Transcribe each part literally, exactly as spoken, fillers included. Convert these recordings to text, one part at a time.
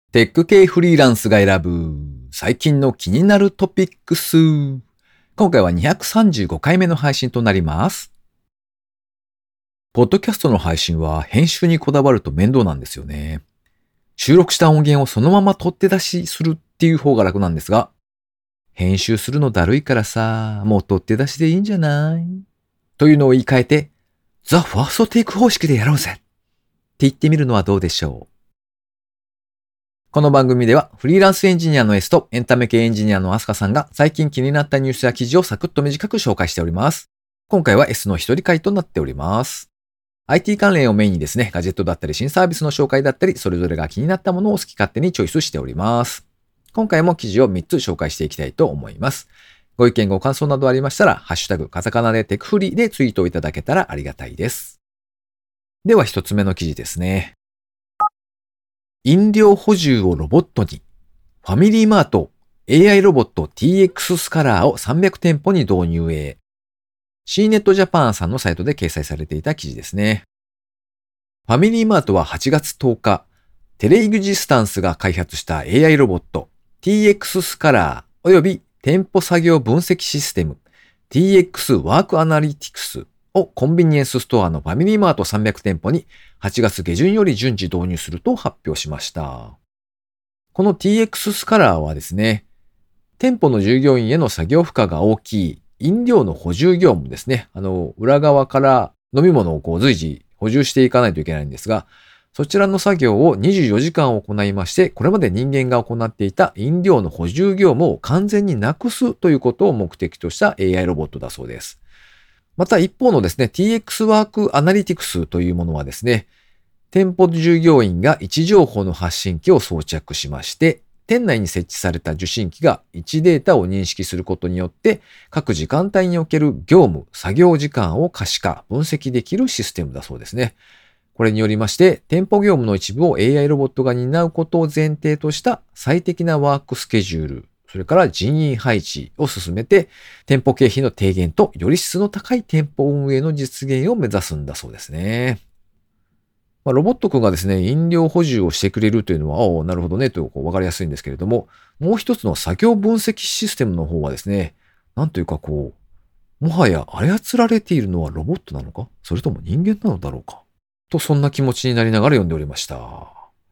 テック系フリーランスが選ぶ最近の気になるトピックス。今回はにひゃくさんじゅうごかいめの配信となります。ポッドキャストの配信は編集にこだわると面倒なんですよね。収録した音源をそのまま取って出しするっていう方が楽なんですが、編集するのだるいからさ、もう取って出しでいいんじゃないというのを言い換えて、ザ・ファーストテイク方式でやろうぜって言ってみるのはどうでしょう。この番組ではフリーランスエンジニアの S とエンタメ系エンジニアのアスカさんが最近気になったニュースや記事をサクッと短く紹介しております。今回は S の一人会となっております。アイティー 関連をメインにですね、ガジェットだったり新サービスの紹介だったり、それぞれが気になったものを好き勝手にチョイスしております。今回も記事をみっつ紹介していきたいと思います。ご意見ご感想などありましたら、ハッシュタグカタカナでテクフリーでツイートをいただけたらありがたいです。では一つ目の記事ですね。飲料補充をロボットに。ファミリーマート エーアイ ロボット ティーエックス スカラーをさんびゃくてんぽに導入へ。シーネットジャパンさんのサイトで掲載されていた記事ですね。ファミリーマートははちがつとおか、テレエグジスタンスが開発した エーアイ ロボット ティーエックス スカラーおよび店舗作業分析システム ティーエックス ワークアナリティクスをコンビニエンスストアのファミリーマートさんびゃくてんぽにはちがつげじゅんより順次導入すると発表しました。この ティーエックス スカラーはですね、店舗の従業員への作業負荷が大きい飲料の補充業務ですね。あの、裏側から飲み物をこう随時補充していかないといけないんですが、そちらの作業をにじゅうよじかん行いまして、これまで人間が行っていた飲料の補充業務を完全になくすということを目的とした エーアイ ロボットだそうです。また一方のですね、ティーエックス ワークアナリティクスというものはですね、店舗従業員が位置情報の発信機を装着しまして、店内に設置された受信機が位置データを認識することによって、各時間帯における業務、作業時間を可視化、分析できるシステムだそうですね。これによりまして、店舗業務の一部を エーアイ ロボットが担うことを前提とした最適なワークスケジュール、それから人員配置を進めて、店舗経費の低減とより質の高い店舗運営の実現を目指すんだそうですね。まあ、ロボット君がですね、飲料補充をしてくれるというのは、おお、なるほどね、とこう分かりやすいんですけれども、もう一つの作業分析システムの方はですね、なんというかこう、もはや操られているのはロボットなのか、それとも人間なのだろうか、とそんな気持ちになりながら読んでおりました。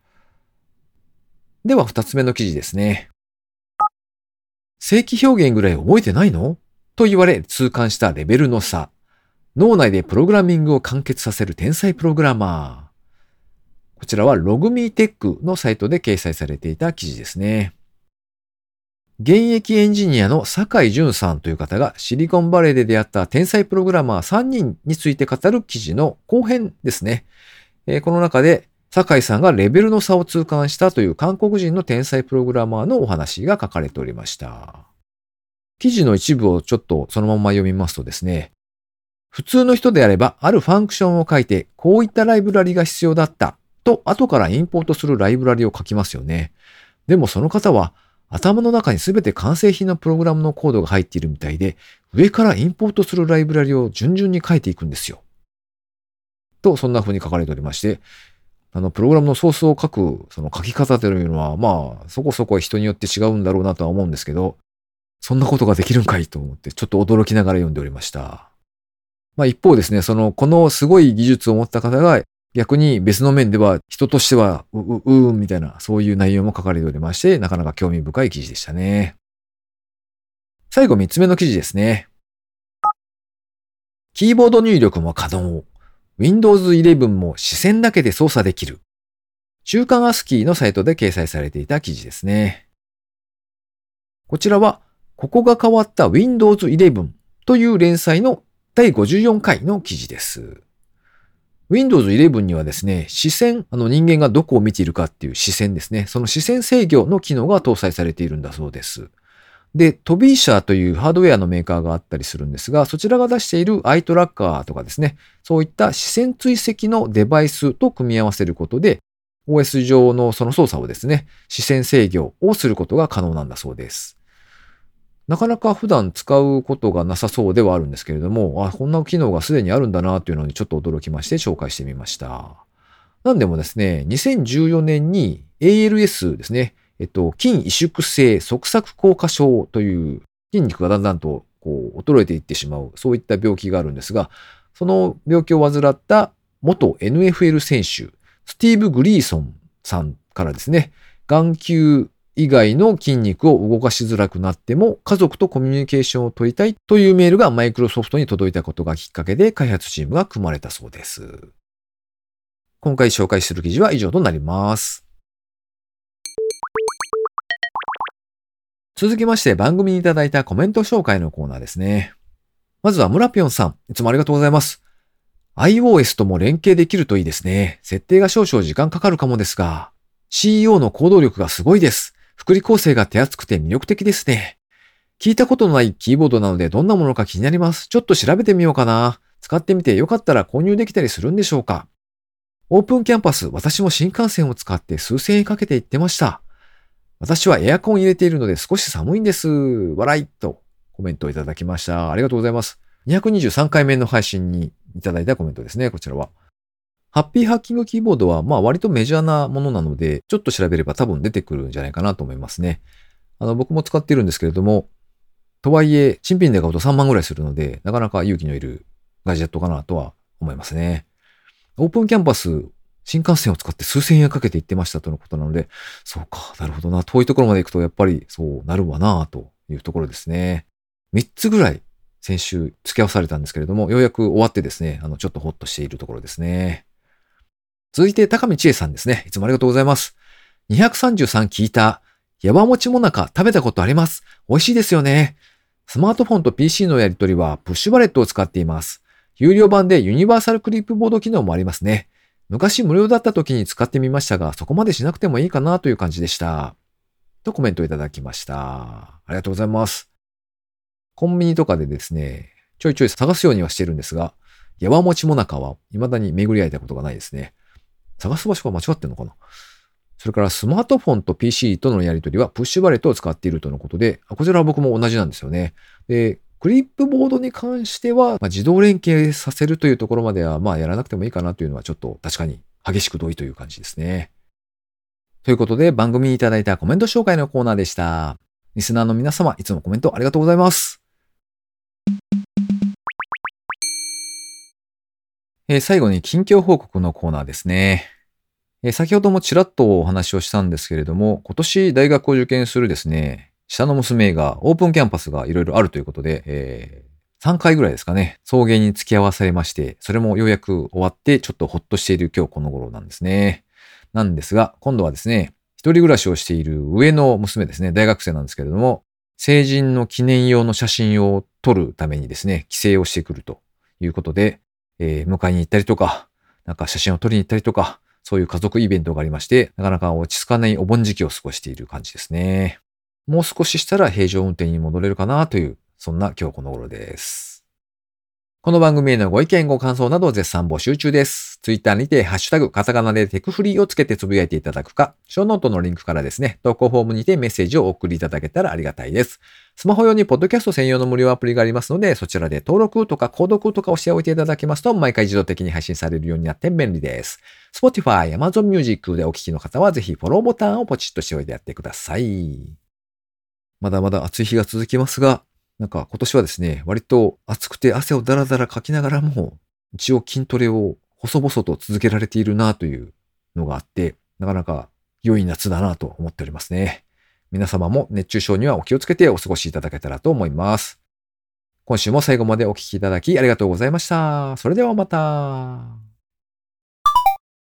では二つ目の記事ですね。正規表現ぐらい覚えてないのと言われ痛感したレベルの差。脳内でプログラミングを完結させる天才プログラマー。こちらはログミーテックのサイトで掲載されていた記事ですね。現役エンジニアの酒井淳さんという方がシリコンバレーで出会った天才プログラマーさんにんについて語る記事の後編ですね。えー、この中で酒井さんがレベルの差を痛感したという韓国人の天才プログラマーのお話が書かれておりました。記事の一部をちょっとそのまま読みますとですね、普通の人であればあるファンクションを書いてこういったライブラリが必要だったと後からインポートするライブラリを書きますよね。でもその方は頭の中にすべて完成品のプログラムのコードが入っているみたいで、上からインポートするライブラリを順々に書いていくんですよ。と、そんな風に書かれておりまして、あの、プログラムのソースを書く、その書き方というのは、まあ、そこそこ人によって違うんだろうなとは思うんですけど、そんなことができるんかいと思って、ちょっと驚きながら読んでおりました。まあ一方ですね、その、このすごい技術を持った方が、逆に別の面では人としてはうううーんみたいなそういう内容も書かれておりましてなかなか興味深い記事でしたね。最後みっつめの記事ですね。キーボード入力も可能。ウィンドウズイレブンも視線だけで操作できる。週刊アスキーのサイトで掲載されていた記事ですね。こちらはここが変わった ウィンドウズイレブン という連載のだいごじゅうよんかいの記事です。ウィンドウズイレブン にはですね、視線、あの人間がどこを見ているかっていう視線ですね。その視線制御の機能が搭載されているんだそうです。で、トビー社というハードウェアのメーカーがあったりするんですが、そちらが出しているアイトラッカーとかですね、そういった視線追跡のデバイスと組み合わせることで、オーエス 上のその操作をですね、視線制御をすることが可能なんだそうです。なかなか普段使うことがなさそうではあるんですけれども、あ、こんな機能がすでにあるんだなというのにちょっと驚きまして紹介してみました。なんでもですね、にせんじゅうよねんにエーエルエス ですね。えっと、筋萎縮性側索硬化症という筋肉がだんだんとこう衰えていってしまう、そういった病気があるんですが、その病気を患った元 エヌエフエル 選手、スティーブ・グリーソンさんからですね、眼球以外の筋肉を動かしづらくなっても家族とコミュニケーションを取りたいというメールがマイクロソフトに届いたことがきっかけで開発チームが組まれたそうです。今回紹介する記事は以上となります。続きまして番組にいただいたコメント紹介のコーナーですね。まずは村ぴょんさん、いつもありがとうございます。iOS とも連携できるといいですね。設定が少々時間かかるかもですが、シーイーオー の行動力がすごいです。福利構成が手厚くて魅力的ですね。聞いたことのないキーボードなのでどんなものか気になります。ちょっと調べてみようかな。使ってみてよかったら購入できたりするんでしょうか。オープンキャンパス、私も新幹線を使って数千円かけて行ってました。私はエアコンを入れているので少し寒いんです。笑いとコメントをいただきました。ありがとうございます。にひゃくにじゅうさんかいめの配信にいただいたコメントですね、こちらは。ハッピーハッキングキーボードはまあ割とメジャーなものなので、ちょっと調べれば多分出てくるんじゃないかなと思いますね。あの僕も使っているんですけれども、とはいえ新品で買うとさんまんぐらいするので、なかなか勇気のいるガジェットかなとは思いますね。オープンキャンパス、新幹線を使って数千円かけて行ってましたとのことなので、そうか、なるほどな。遠いところまで行くとやっぱりそうなるわなというところですね。みっつぐらい先週付き合わされたんですけれども、ようやく終わってですね、あのちょっとホッとしているところですね。続いて高見千恵さんですね。いつもありがとうございます。にひゃくさんじゅうさん聞いた。ヤバもちもなか食べたことあります。美味しいですよね。スマートフォンと ピーシー のやり取りはプッシュバレットを使っています。有料版でユニバーサルクリップボード機能もありますね。昔無料だった時に使ってみましたが、そこまでしなくてもいいかなという感じでした。とコメントいただきました。ありがとうございます。コンビニとかでですね、ちょいちょい探すようにはしているんですが、ヤバもちもなかは未だに巡り合えたことがないですね。探す場所が間違ってんのかな。それからスマートフォンと ピーシー とのやり取りはプッシュバレットを使っているとのことで、こちらは僕も同じなんですよね。で、クリップボードに関しては、まあ、自動連携させるというところまでは、まあやらなくてもいいかなというのはちょっと確かに激しく同意という感じですね。ということで番組にいただいたコメント紹介のコーナーでした。リスナーの皆様、いつもコメントありがとうございます。えー、最後に近況報告のコーナーですね。えー、先ほどもちらっとお話をしたんですけれども、今年大学を受験するですね、下の娘がオープンキャンパスがいろいろあるということで、えー、さんかいぐらいですかね、送迎に付き合わされまして、それもようやく終わってちょっとほっとしている今日この頃なんですね。なんですが、今度はですね、一人暮らしをしている上の娘ですね、大学生なんですけれども、成人の記念用の写真を撮るためにですね、帰省をしてくるということで、えー、迎えに行ったりとか、なんか写真を撮りに行ったりとか、そういう家族イベントがありまして、なかなか落ち着かないお盆時期を過ごしている感じですね。もう少ししたら平常運転に戻れるかなという、そんな今日この頃です。この番組へのご意見ご感想など絶賛募集中です。ツイッターにてハッシュタグカタカナでテクフリーをつけてつぶやいていただくか、ショーノートのリンクからですね、投稿フォームにてメッセージをお送りいただけたらありがたいです。スマホ用にポッドキャスト専用の無料アプリがありますので、そちらで登録とか購読とかをしておいていただけますと、毎回自動的に配信されるようになって便利です。Spotify、Amazon Music でお聞きの方はぜひフォローボタンをポチッとしておいてやってください。まだまだ暑い日が続きますが、なんか今年はですね、割と暑くて汗をだらだらかきながらも、一応筋トレを細々と続けられているなというのがあって、なかなか良い夏だなと思っておりますね。皆様も熱中症にはお気をつけてお過ごしいただけたらと思います。今週も最後までお聞きいただきありがとうございました。それではまた。